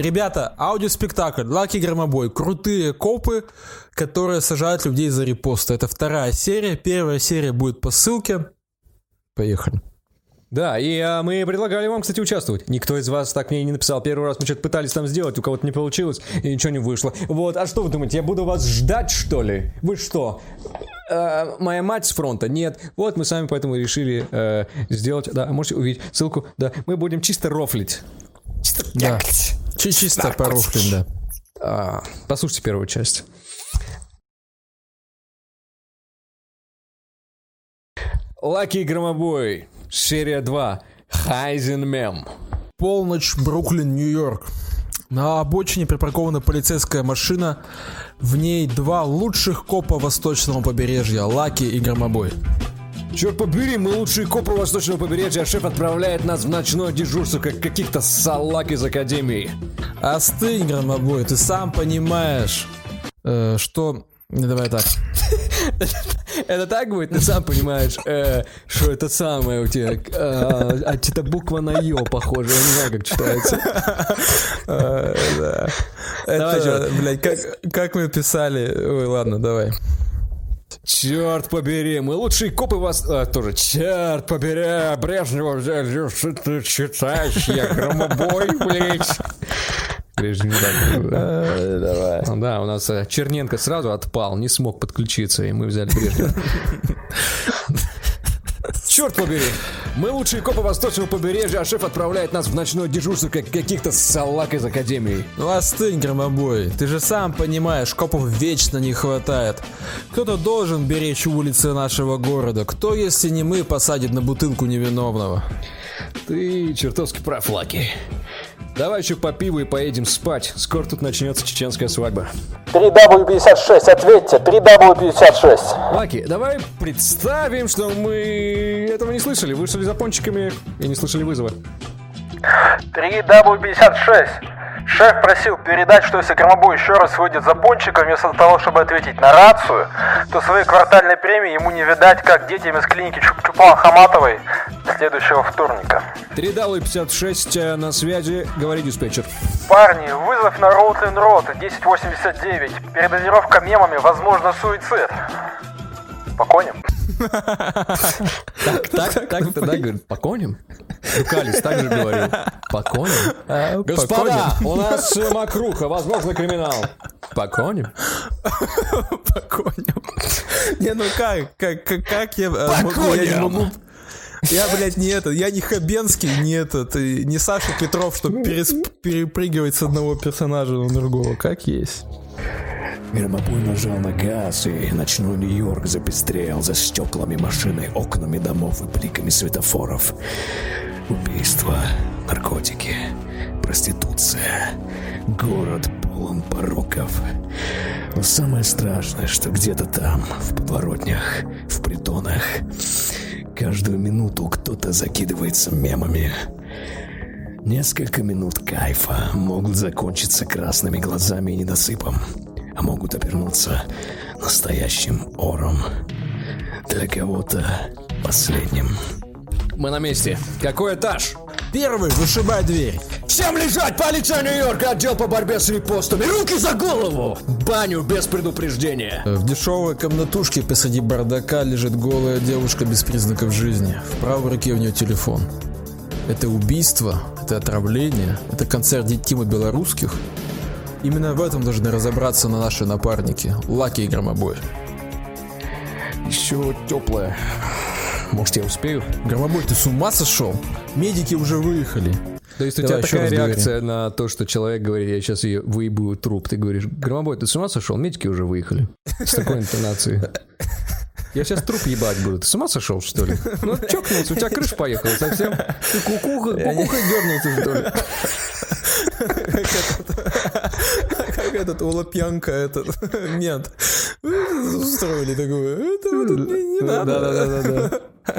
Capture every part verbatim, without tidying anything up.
Ребята, аудиоспектакль «Лаки Громобой». Крутые копы, которые сажают людей за репосты. Это вторая серия. Первая серия будет по ссылке. Поехали. Да, и а, мы предлагали вам, кстати, участвовать. Никто из вас так мне и не написал. Первый раз мы что-то пытались там сделать, у кого-то не получилось, и ничего не вышло. Вот, а что вы думаете, я буду вас ждать, что ли? Вы что? Э, моя мать с фронта? Нет. Вот мы сами поэтому решили э, сделать, да, можете увидеть ссылку, да. Мы будем чисто рофлить. Чисто да. Чисто порофлить, да. А, послушайте первую часть. Лаки и Громобой. Серия два. Хайзенмем. Полночь, Бруклин, Нью-Йорк. На обочине припаркована полицейская машина. В ней два лучших копа восточного побережья. Лаки и Громобой. Черт побери, мы лучшие копы восточного побережья, а шеф отправляет нас в ночное дежурство, как каких-то салак из академии. Остынь, Громобой, ты сам понимаешь, э, что... Не, давай так. Это так будет? Ты сам понимаешь, э, что это самое у тебя. Э, а это буква на Ё похоже, я не знаю, как читается. Это, блядь, как мы писали. Ой, ладно, давай. Черт побери, мы лучшие копы вас... А, тоже, черт побери, Брежнева взяли, что ты читаешь, я Громобой, блядь. Брежнев, да, давай. Да, у нас Черненко сразу отпал, не смог подключиться, и мы взяли Брежнева. Черт побери, мы лучшие копы восточного побережья, а шеф отправляет нас в ночное дежурство, как каких-то салак из академии. Ну остынь, Громобой, ты же сам понимаешь, копов вечно не хватает. Кто-то должен беречь улицы нашего города. Кто, если не мы, посадит на бутылку невиновного? Ты чертовски прав, Лаки. Давай еще по пиву и поедем спать. Скоро тут начнется чеченская свадьба. три дабл ю пятьдесят шесть, ответьте, три дабл ю пятьдесят шесть. Лаки, давай представим, что мы этого не слышали. Вышли за пончиками и не слышали вызова. три дабл ю пятьдесят шесть. Шеф просил передать, что если Громобой еще раз выйдет за пончиком, вместо того, чтобы ответить на рацию, то своей квартальной премии ему не видать, как детям из клиники Чуп-Чупа Хаматовой следующего вторника. три дабл ю пятьдесят шесть на связи, говори, диспетчер. Парни, вызов на Роутлин Рот, десять восемьдесят девять. Передозировка мемами, возможно, суицид. Поконим? Так, так, так, тогда говорит, поконим? Дукалис также говорил, поконим? Господа, у нас мокруха, возможно, криминал. Поконим? Поконим. Не, ну как, как, как, как я могу, я не могу... Я, блядь, не этот, я не Хабенский, не этот, не Саша Петров, чтобы перес, перепрыгивать с одного персонажа на другого, как есть. Громобой нажал на газ, и ночной Нью-Йорк запестрел за стеклами машины, окнами домов и бликами светофоров. Убийства, наркотики, проституция. Город полон пороков. Но самое страшное, что где-то там, в подворотнях, в притонах, каждую минуту кто-то закидывается мемами. Несколько минут кайфа могут закончиться красными глазами и недосыпом, а могут обернуться настоящим ором. Для кого-то последним. Мы на месте. Какой этаж? Первый, вышибай дверь. Всем лежать! Полиция Нью-Йорка, отдел по борьбе с репостами. Руки за голову! Баню без предупреждения. В дешевой комнатушке посреди бардака лежит голая девушка без признаков жизни. В правой руке у нее телефон. Это убийство, это отравление, это концерт Тима Белорусских. Именно в этом должны разобраться на наши напарники Лаки и Громобой. Еще теплое. Может, я успею? Громобой, ты с ума сошел? Медики уже выехали. То есть у Давай тебя такая реакция говори. На то, что человек говорит, я сейчас ее выебу труп. Ты говоришь, Громобой, ты с ума сошел? Медики уже выехали. С такой интонацией. Я сейчас труп ебать буду. Ты с ума сошел, что ли? Ну, чокнулся, у тебя крыша поехала совсем. Ты кукухой дернулся, что ли? Как этот у Лапьянка, этот мент. Устроили такое. Это не надо. Да-да-да.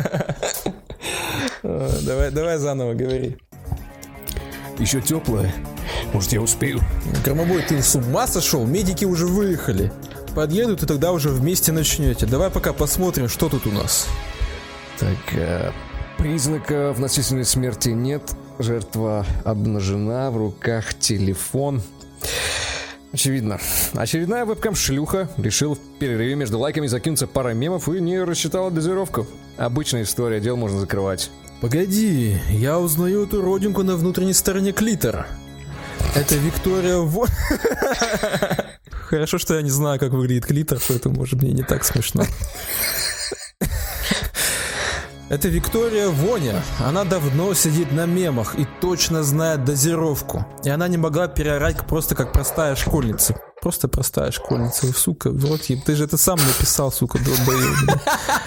Давай, давай заново говори. Еще теплое. Может, я успею? Громобой, ты с ума сошел? Медики уже выехали. Подъедут, и тогда уже вместе начнете. Давай пока посмотрим, что тут у нас. Так, э, признаков насильственной смерти нет. Жертва обнажена, в руках телефон. Очевидно. Очередная вебкам-шлюха решила в перерыве между лайками закинуться парой мемов и не рассчитала дозировку. Обычная история, дело можно закрывать. Погоди, я узнаю эту родинку на внутренней стороне клитора. Это Виктория Во... Хорошо, что я не знаю, как выглядит клитор, поэтому, может, мне не так смешно. Это Виктория Воня. Она давно сидит на мемах и точно знает дозировку. И она не могла переорать просто как простая школьница. Просто простая школьница. Сука, в рот еб. Ты же это сам написал, сука, долбоёб.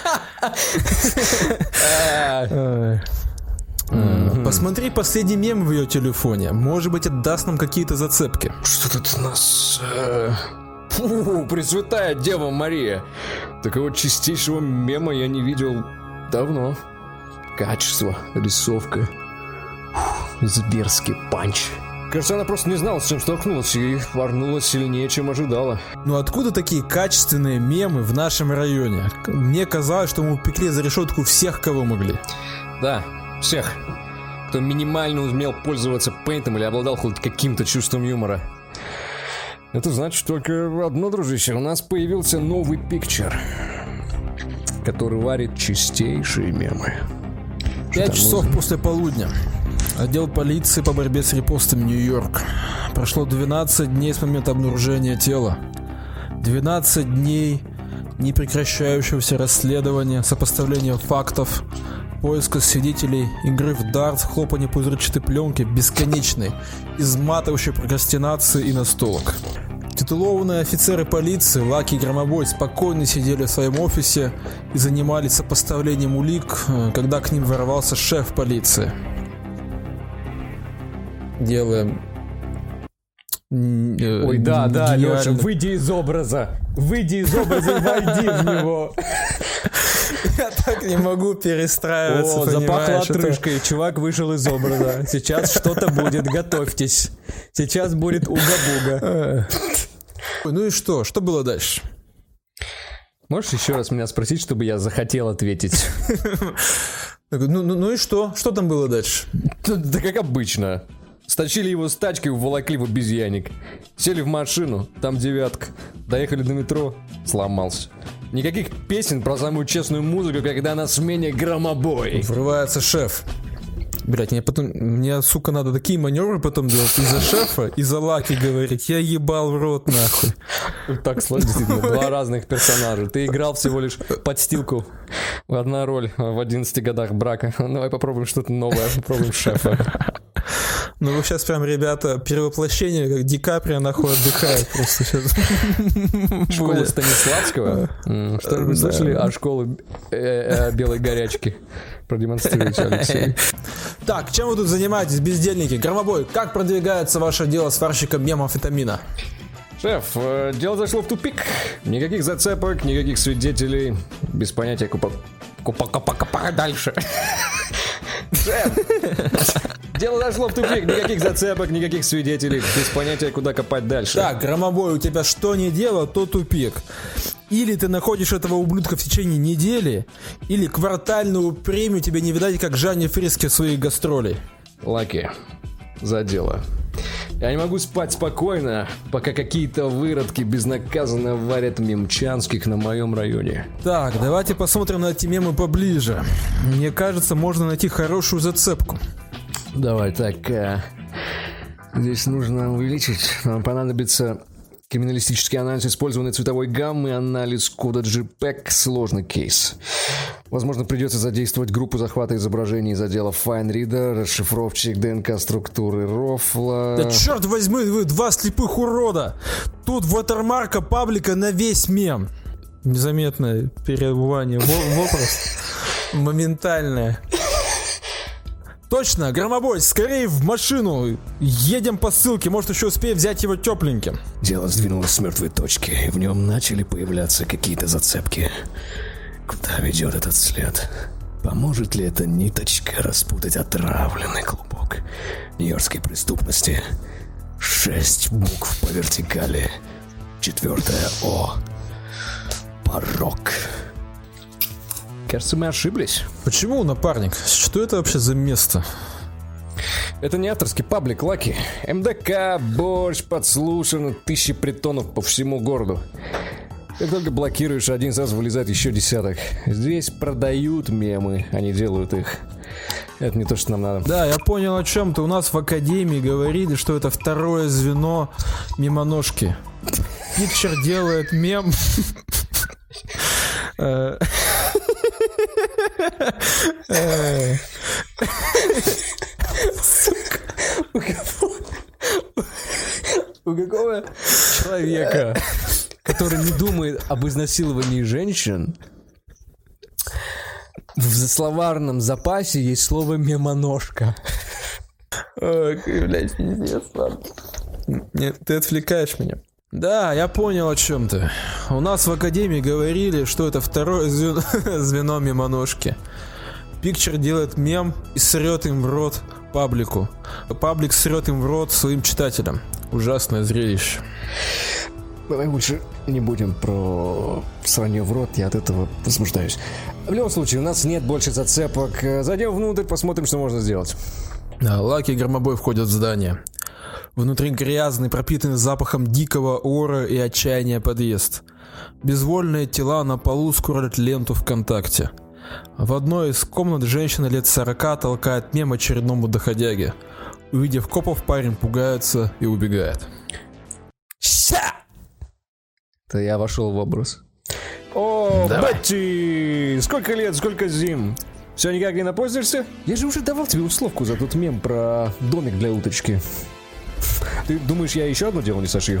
Посмотри последний мем в ее телефоне. Может быть, это даст нам какие-то зацепки. Что тут у нас... Фу, Пресвятая Дева Мария. Такого чистейшего мема я не видел давно. Качество, рисовка. Зверский панч. Кажется, она просто не знала, с чем столкнулась, и порнула сильнее, чем ожидала. Ну откуда такие качественные мемы в нашем районе? Мне казалось, что мы упекли за решетку всех, кого могли. Да, всех, кто минимально умел пользоваться пейнтом или обладал хоть каким-то чувством юмора. Это значит только одно, дружище. У нас появился новый пикчер, который варит чистейшие мемы. Пять часов нужно? После полудня. Отдел полиции по борьбе с репостами Нью-Йорк. Прошло двенадцать дней с момента обнаружения тела. двенадцать дней непрекращающегося расследования, сопоставления фактов, поиска свидетелей, игры в дартс, хлопания пузырчатой пленки, бесконечной, изматывающей прокрастинации и настолок. Титулованные офицеры полиции, Лаки и Громобой, спокойно сидели в своем офисе и занимались сопоставлением улик, когда к ним ворвался шеф полиции. Делаем... Ой, да, да, Леша, выйди из образа. Выйди из образа и войди в него. Я так не могу перестраиваться. О, запахло отрыжкой, это... чувак вышел из образа. Сейчас что-то будет, готовьтесь. Сейчас будет уга-буга. Ну и что? Что было дальше? Можешь еще раз меня спросить, чтобы я захотел ответить? Ну, ну, ну и что? Что там было дальше? Да как обычно. Стащили его с тачки, уволокли в обезьянник. Сели в машину, там девятка. Доехали до метро, сломался. Никаких песен про самую честную музыку, когда на смене Громобой. Врывается шеф. Блять, мне потом, мне, сука, надо такие маневры потом делать из-за шефа, из-за Лаки говорить. Я ебал в рот, нахуй. Так сложно, действительно. Два разных персонажа. Ты играл всего лишь подстилку. Одна роль в одиннадцати годах брака. Давай попробуем что-то новое. Попробуем шефа. Ну вы сейчас прям, ребята, перевоплощение, как Ди Каприо нахуй отдыхает просто сейчас. Школа Станиславского? Что вы слышали о школе белой горячки? Продемонстрируйте, Алексей. Так, чем вы тут занимаетесь, бездельники? Громобой, как продвигается ваше дело с варщиком мемамфетамина? Шеф, э, дело зашло в тупик. Никаких зацепок, никаких свидетелей. Без понятия купа... Купа-купа-купа дальше. Шеф, дело зашло в тупик. Никаких зацепок, никаких свидетелей. Без понятия, куда копать дальше. Так, Громобой, у тебя что не дело, то тупик. Или ты находишь этого ублюдка в течение недели, или квартальную премию тебе не видать, как Жанни Фриске в своих гастролей. Лаки, за дело. Я не могу спать спокойно, пока какие-то выродки безнаказанно варят мемчанских на моем районе. Так, давайте посмотрим на эти мемы поближе. Мне кажется, можно найти хорошую зацепку. Давай, так, а, здесь нужно увеличить. Нам понадобится криминалистический анализ использованной цветовой гаммы, анализ кода джей пег, сложный кейс. Возможно, придется задействовать группу захвата изображений из отдела FineReader, расшифровщик ДНК структуры рофла. Да черт возьми, вы два слепых урода! Тут ватермарка паблика на весь мем. Незаметное перебывание в образ. Моментальное. Точно, Громобой, скорее в машину. Едем по ссылке, может еще успеем взять его тепленьким. Дело сдвинулось с мертвой точки, и в нем начали появляться какие-то зацепки. Куда ведет этот след? Поможет ли эта ниточка распутать отравленный клубок нью-йоркской преступности? Шесть букв по вертикали. Четвертое О. Порок. Кажется, мы ошиблись. Почему, напарник? Что это вообще за место? Это не авторский паблик, Лаки. МДК, борщ, подслушано, тысячи притонов по всему городу. Как только блокируешь один, сразу вылезает еще десяток. Здесь продают мемы, а не делают их. Это не то, что нам надо. Да, я понял о чем-то. У нас в академии говорили, что это второе звено мемоножки. Пикчер делает мем. У какого человека, который не думает об изнасиловании женщин, в словарном запасе есть слово «мемоножка». Ой, блядь, пиздец, ладно. Нет, ты отвлекаешь меня. Да, я понял о чем ты. У нас в академии говорили, что это второе звено, звено мемоножки. Пикчер делает мем и срет им в рот паблику. Паблик срет им в рот своим читателям. Ужасное зрелище. Давай лучше не будем про сранье в рот, я от этого возбуждаюсь. В любом случае, у нас нет больше зацепок. Зайдем внутрь, посмотрим, что можно сделать. Да, Лаки и Громобой входят в здание. Внутри грязный, пропитанный запахом дикого ора и отчаяния подъезд. Безвольные тела на полу скроллят ленту ВКонтакте. В одной из комнат женщина лет сорока толкает мем очередному доходяге. Увидев копов, парень пугается и убегает. Ща! То я вошел в образ. О, Давай. Бетти! Сколько лет, сколько зим? Все никак не напоздишься? Я же уже давал тебе условку за тот мем про домик для уточки. Ты думаешь, я еще одно дело не сошью?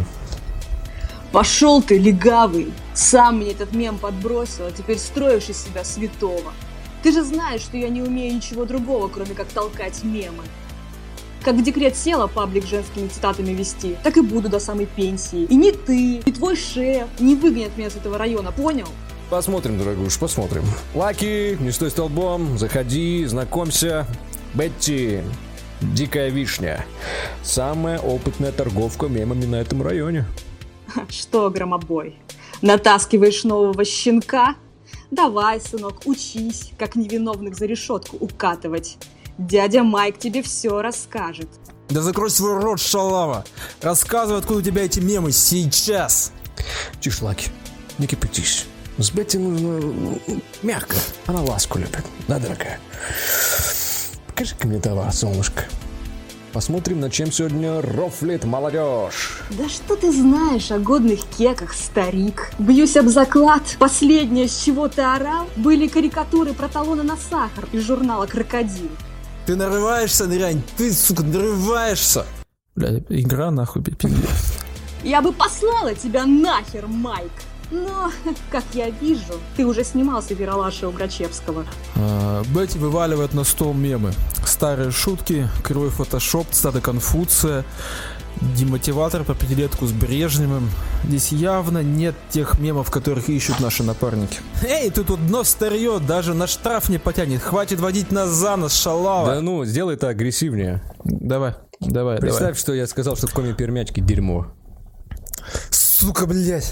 Пошел ты, легавый! Сам мне этот мем подбросил, а теперь строишь из себя святого. Ты же знаешь, что я не умею ничего другого, кроме как толкать мемы. Как в декрет села паблик женскими цитатами вести, так и буду до самой пенсии. И ни ты, ни твой шеф не выгонят меня с этого района, понял? Посмотрим, дорогуш, посмотрим. Лаки, не стой столбом, заходи, знакомься. Бетти, дикая вишня. Самая опытная торговка мемами на этом районе. Что, Громобой, натаскиваешь нового щенка? Давай, сынок, учись, как невиновных за решетку укатывать. Дядя Майк тебе все расскажет. Да закрой свой рот, шалава! Рассказывай, откуда у тебя эти мемы сейчас! Тише, Лаки, не кипятись. С Бетти нужно мягко, она ласку любит, да, дорогая? Покажи-ка мне товар, солнышко. Посмотрим, над чем сегодня рофлит молодежь. Да что ты знаешь о годных кеках, старик? Бьюсь об заклад. Последнее, с чего ты орал, были карикатуры про талоны на сахар из журнала «Крокодил». Ты нарываешься, дрянь, ты, сука, нарываешься! Бля, игра нахуй, пиздец. Я бы послала тебя нахер, Майк. Но, как я вижу, ты уже снимался в Ералаше у Грачевского. А, Бетти вываливает на стол мемы. Старые шутки, кривой фотошоп, цитаты Конфуция, демотиватор по пятилетку с Брежневым. Здесь явно нет тех мемов, которых ищут наши напарники. Эй, тут одно старье, даже на штраф не потянет. Хватит водить нас за нос, шалава. Да ну, сделай это агрессивнее. Давай, давай, Представь, давай. что я сказал, что кроме пермячки дерьмо. Сука, блядь.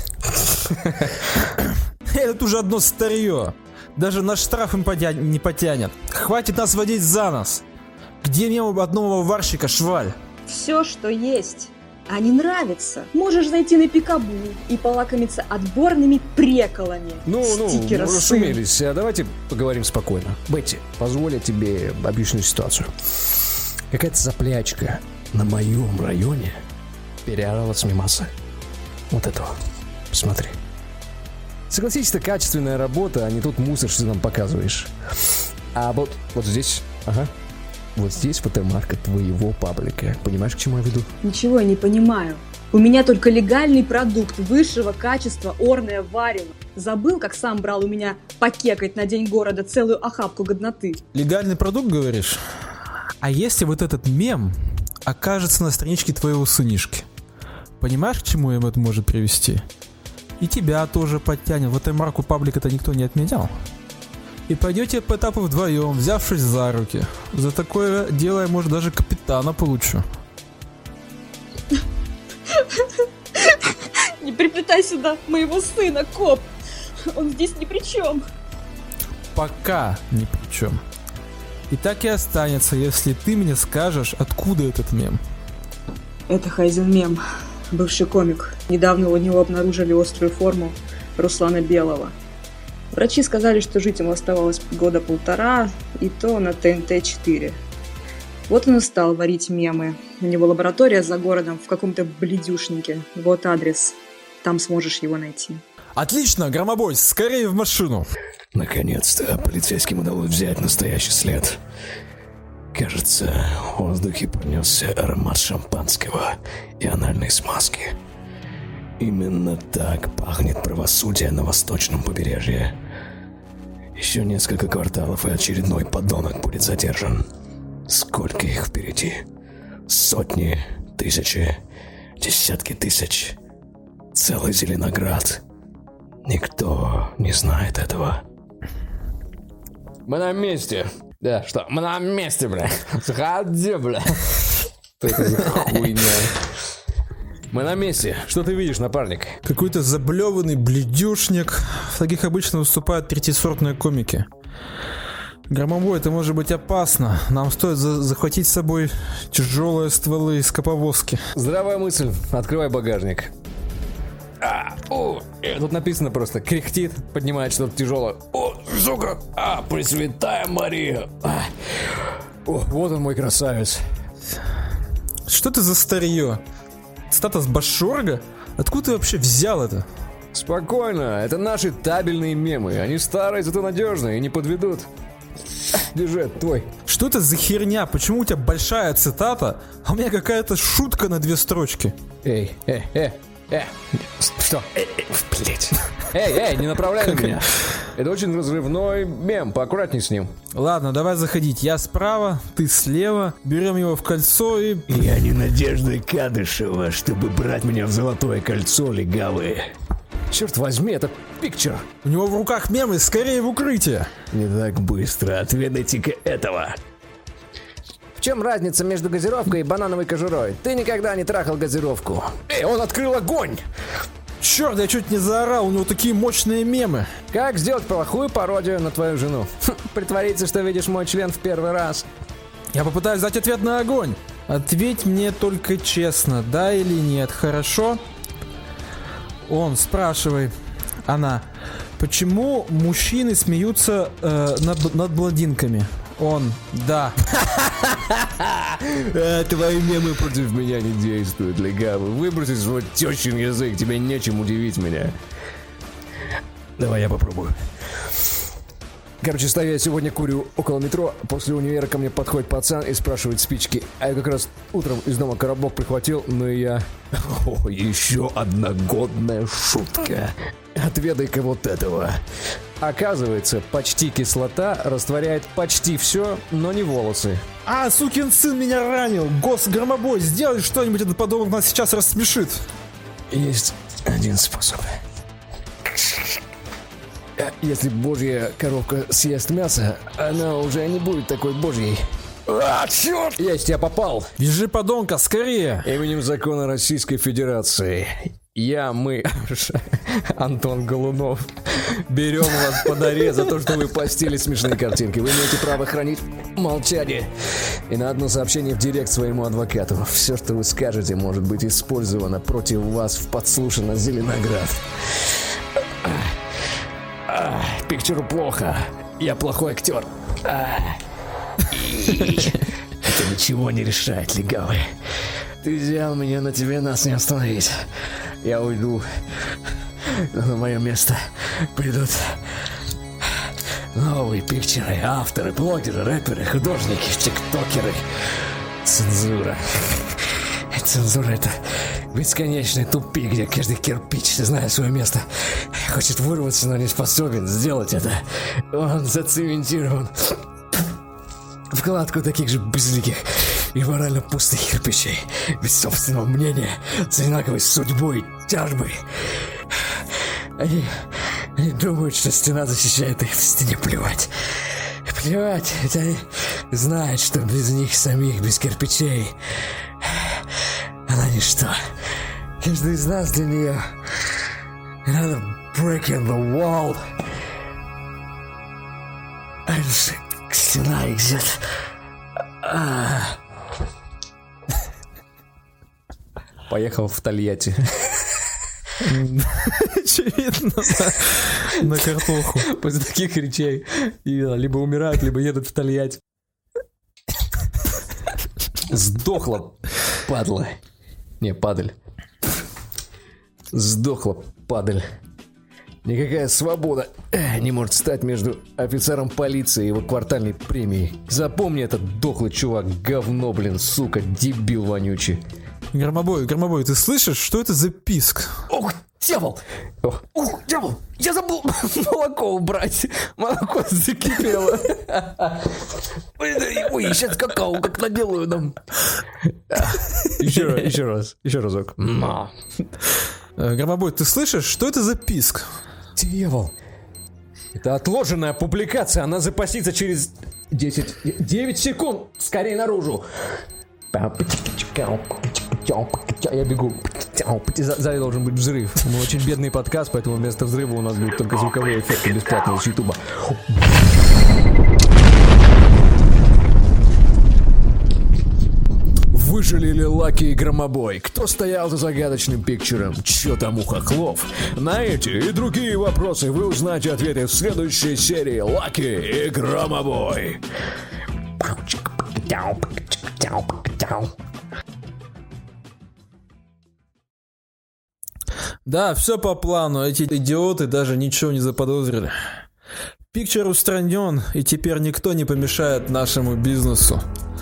Это уже одно старье. Даже на штраф им потя... не потянет. Хватит нас водить за нос. Где мем одного варщика, шваль? Все, что есть. А не нравится? Можешь зайти на Пикабу и полакомиться отборными приколами. Ну, ну, Стикеры мы сын. расшумелись. А давайте поговорим спокойно. Бетти, позволь я тебе объясню ситуацию. Какая-то заплячка на моем районе переорала с мемаса. Вот этого. Посмотри. Согласись, это качественная работа, а не тот мусор, что ты нам показываешь. А вот, вот здесь, ага. Вот здесь фотомарка твоего паблика. Понимаешь, к чему я веду? Ничего я не понимаю. У меня только легальный продукт высшего качества орное варево. Забыл, как сам брал у меня покекать на день города целую охапку годноты. Легальный продукт, говоришь? А если вот этот мем окажется на страничке твоего сынишки? Понимаешь, к чему им это может привести? И тебя тоже подтянет. В этой марку паблика-то никто не отменял. И пойдете по этапу вдвоем, взявшись за руки. За такое дело я, может, даже капитана получу. Не приплетай сюда моего сына, коп. Он здесь ни при чем. Пока ни при чем. И так и останется, если ты мне скажешь, откуда этот мем. Это Хайзен мем, бывший комик. Недавно у него обнаружили острую форму Руслана Белого. Врачи сказали, что жить ему оставалось года полтора, и то на Тэ Эн Тэ четыре. Вот он и стал варить мемы. У него лаборатория за городом в каком-то бледюшнике. Вот адрес. Там сможешь его найти. Отлично, громобой, скорее в машину. Наконец-то полицейским удалось взять настоящий след. Кажется, в воздухе пронесся аромат шампанского и анальной смазки. Именно так пахнет правосудие на восточном побережье. Еще несколько кварталов, и очередной подонок будет задержан. Сколько их впереди? Сотни, тысячи, десятки тысяч. Целый Зеленоград. Никто не знает этого. Мы на месте. Да, что? Мы на месте, бля. Заходи, бля. Что это за хуйня? Мы на месте. Что ты видишь, напарник? Какой-то заблеванный бледюшник. В таких обычно выступают третьесортные комики. Громобой, это может быть опасно. Нам стоит за- захватить с собой тяжелые стволы из коповозки. Здравая мысль. Открывай багажник. А, о, э, тут написано просто кряхтит, поднимает что-то тяжелое. О, сука! А, Пресвятая Мария! А. О, вот он, мой красавец. Что ты за старье? Цитата с Башорга? Откуда ты вообще взял это? Спокойно, это наши табельные мемы. Они старые, зато надежные и не подведут. Держи, это твой. Что это за херня? Почему у тебя большая цитата, а у меня какая-то шутка на две строчки? Эй, эй, эй, эй. Что? Эй, эй, блять. Эй, эй, не направляй на меня. Это очень разрывной мем, поаккуратней с ним. Ладно, давай заходить. Я справа, ты слева. Берем его в кольцо и... Я не Надежда Кадышева, чтобы брать меня в золотое кольцо, легавые. Черт возьми, это Пикчер. У него в руках мемы, скорее в укрытие. Не так быстро, отведайте-ка этого. В чем разница между газировкой и банановой кожурой? Ты никогда не трахал газировку. Эй, он открыл огонь! Черт, я чуть не заорал, у него такие мощные мемы. Как сделать плохую пародию на твою жену? Притвориться, что видишь мой член в первый раз. Я попытаюсь дать ответ на огонь. Ответь мне только честно, да или нет, хорошо? Он, спрашивай. Она. Почему мужчины смеются э, над, над блондинками? Он. Да. Твои мемы против меня не действуют, легавый. Выброси свой тещин язык, тебе нечем удивить меня. Давай я попробую. Короче, стою я сегодня курю около метро. После универа ко мне подходит пацан и спрашивает спички. А я как раз утром из дома коробок прихватил, но и я... О, еще одна годная шутка. Отведай-ка вот этого. Оказывается, почти кислота растворяет почти все, но не волосы. А, сукин сын меня ранил. Гос, громобой, сделай что-нибудь, этот подонок нас сейчас рассмешит. Есть один способ. Если божья коровка съест мясо, она уже не будет такой божьей. А, черт! Я из тебя попал. Вяжи подонка, скорее. Именем закона Российской Федерации. Я, мы, Антон Голунов, берем вас под арест за то, что вы постили смешные картинки. Вы имеете право хранить молчание. И на одно сообщение в директ своему адвокату. Все, что вы скажете, может быть использовано против вас в подслушано Зеленоград. Пикчеру плохо. Я плохой актер. Это ничего не решает, легавый. Ты взял меня, на тебе нас не остановить. Я уйду. Но на мое место придут новые пикчеры, авторы, блогеры, рэперы, художники, тиктокеры. Цензура. Цензура — это бесконечный тупик, где каждый кирпич, зная свое место, хочет вырваться, но не способен сделать это. Он зацементирован в кладку таких же безликих и морально пустых кирпичей, без собственного мнения, с одинаковой судьбой, тяжбой. Они, они думают, что стена защищает их, в стене плевать. Плевать, ведь они знают, что без них самих, без кирпичей, она ничто. Каждый из нас для нее another break in the wall. Стена идет. Поехал в Тольятти. Очевидно, на, на картоху. После таких речей либо умирают, либо едут в Тольятти. Сдохла, падла. Не, падаль. Сдохла, падаль. Никакая свобода не может стать между офицером полиции и его квартальной премией. Запомни этот дохлый чувак, говно, блин, сука, дебил вонючий. Громобой, Громобой, ты слышишь, что это за писк? Ох, дьявол! Ох, Ох дьявол! Я забыл молоко убрать. Молоко закипело. Ой, ой, сейчас какао как наделаю нам. Еще раз, еще раз, еще разок. Громобой, ты слышишь, что это за писк? Дьявол. Это отложенная публикация, она запасится через десять, девять секунд. Скорее наружу. Я бегу. Сзади должен быть взрыв. Мы очень бедный подкаст, поэтому вместо взрыва у нас будут только звуковые эффекты бесплатные с Ютуба. Выжили ли Лаки и Громобой? Кто стоял за загадочным пикчером? Чё там у хохлов? На эти и другие вопросы вы узнаете ответы в следующей серии Лаки и Громобой. Да, все по плану, эти идиоты даже ничего не заподозрили. Пикчер устранен, и теперь никто не помешает нашему бизнесу.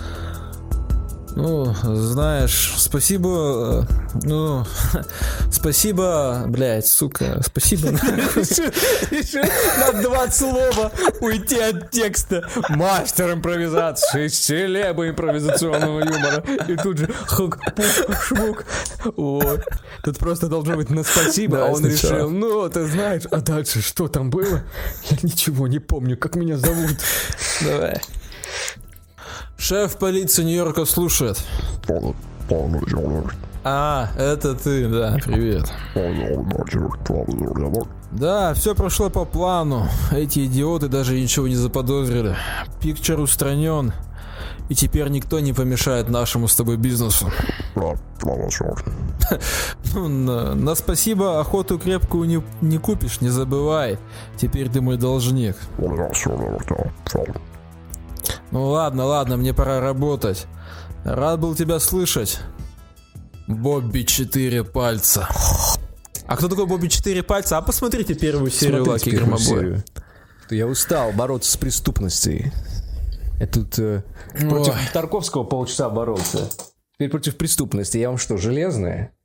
Ну, знаешь, спасибо, ну, спасибо, блядь, сука, спасибо. Еще на два слова уйти от текста. Мастер импровизации, селеба импровизационного юмора. И тут же хук, пук, шмук. Вот. Тут просто должно быть на спасибо, Да, а он сначала. решил, ну, ты знаешь, а дальше что там было? Я ничего не помню, как меня зовут. Давай. Шеф полиции Нью-Йорка слушает. А, это ты, да, привет. Да, все прошло по плану. Эти идиоты даже ничего не заподозрили. Пикчер устранен, и теперь никто не помешает нашему с тобой бизнесу. Ну, на, на спасибо охоту крепкую не, не купишь, не забывай. Теперь ты мой должник. Ну ладно, ладно, мне пора работать. Рад был тебя слышать. Бобби Четыре Пальца. А кто такой Бобби Четыре Пальца? А посмотрите первую серию Лаки и Громобой. Я устал бороться с преступностью. Я тут э, против Тарковского полчаса боролся. Теперь против преступности. Я вам что, железная?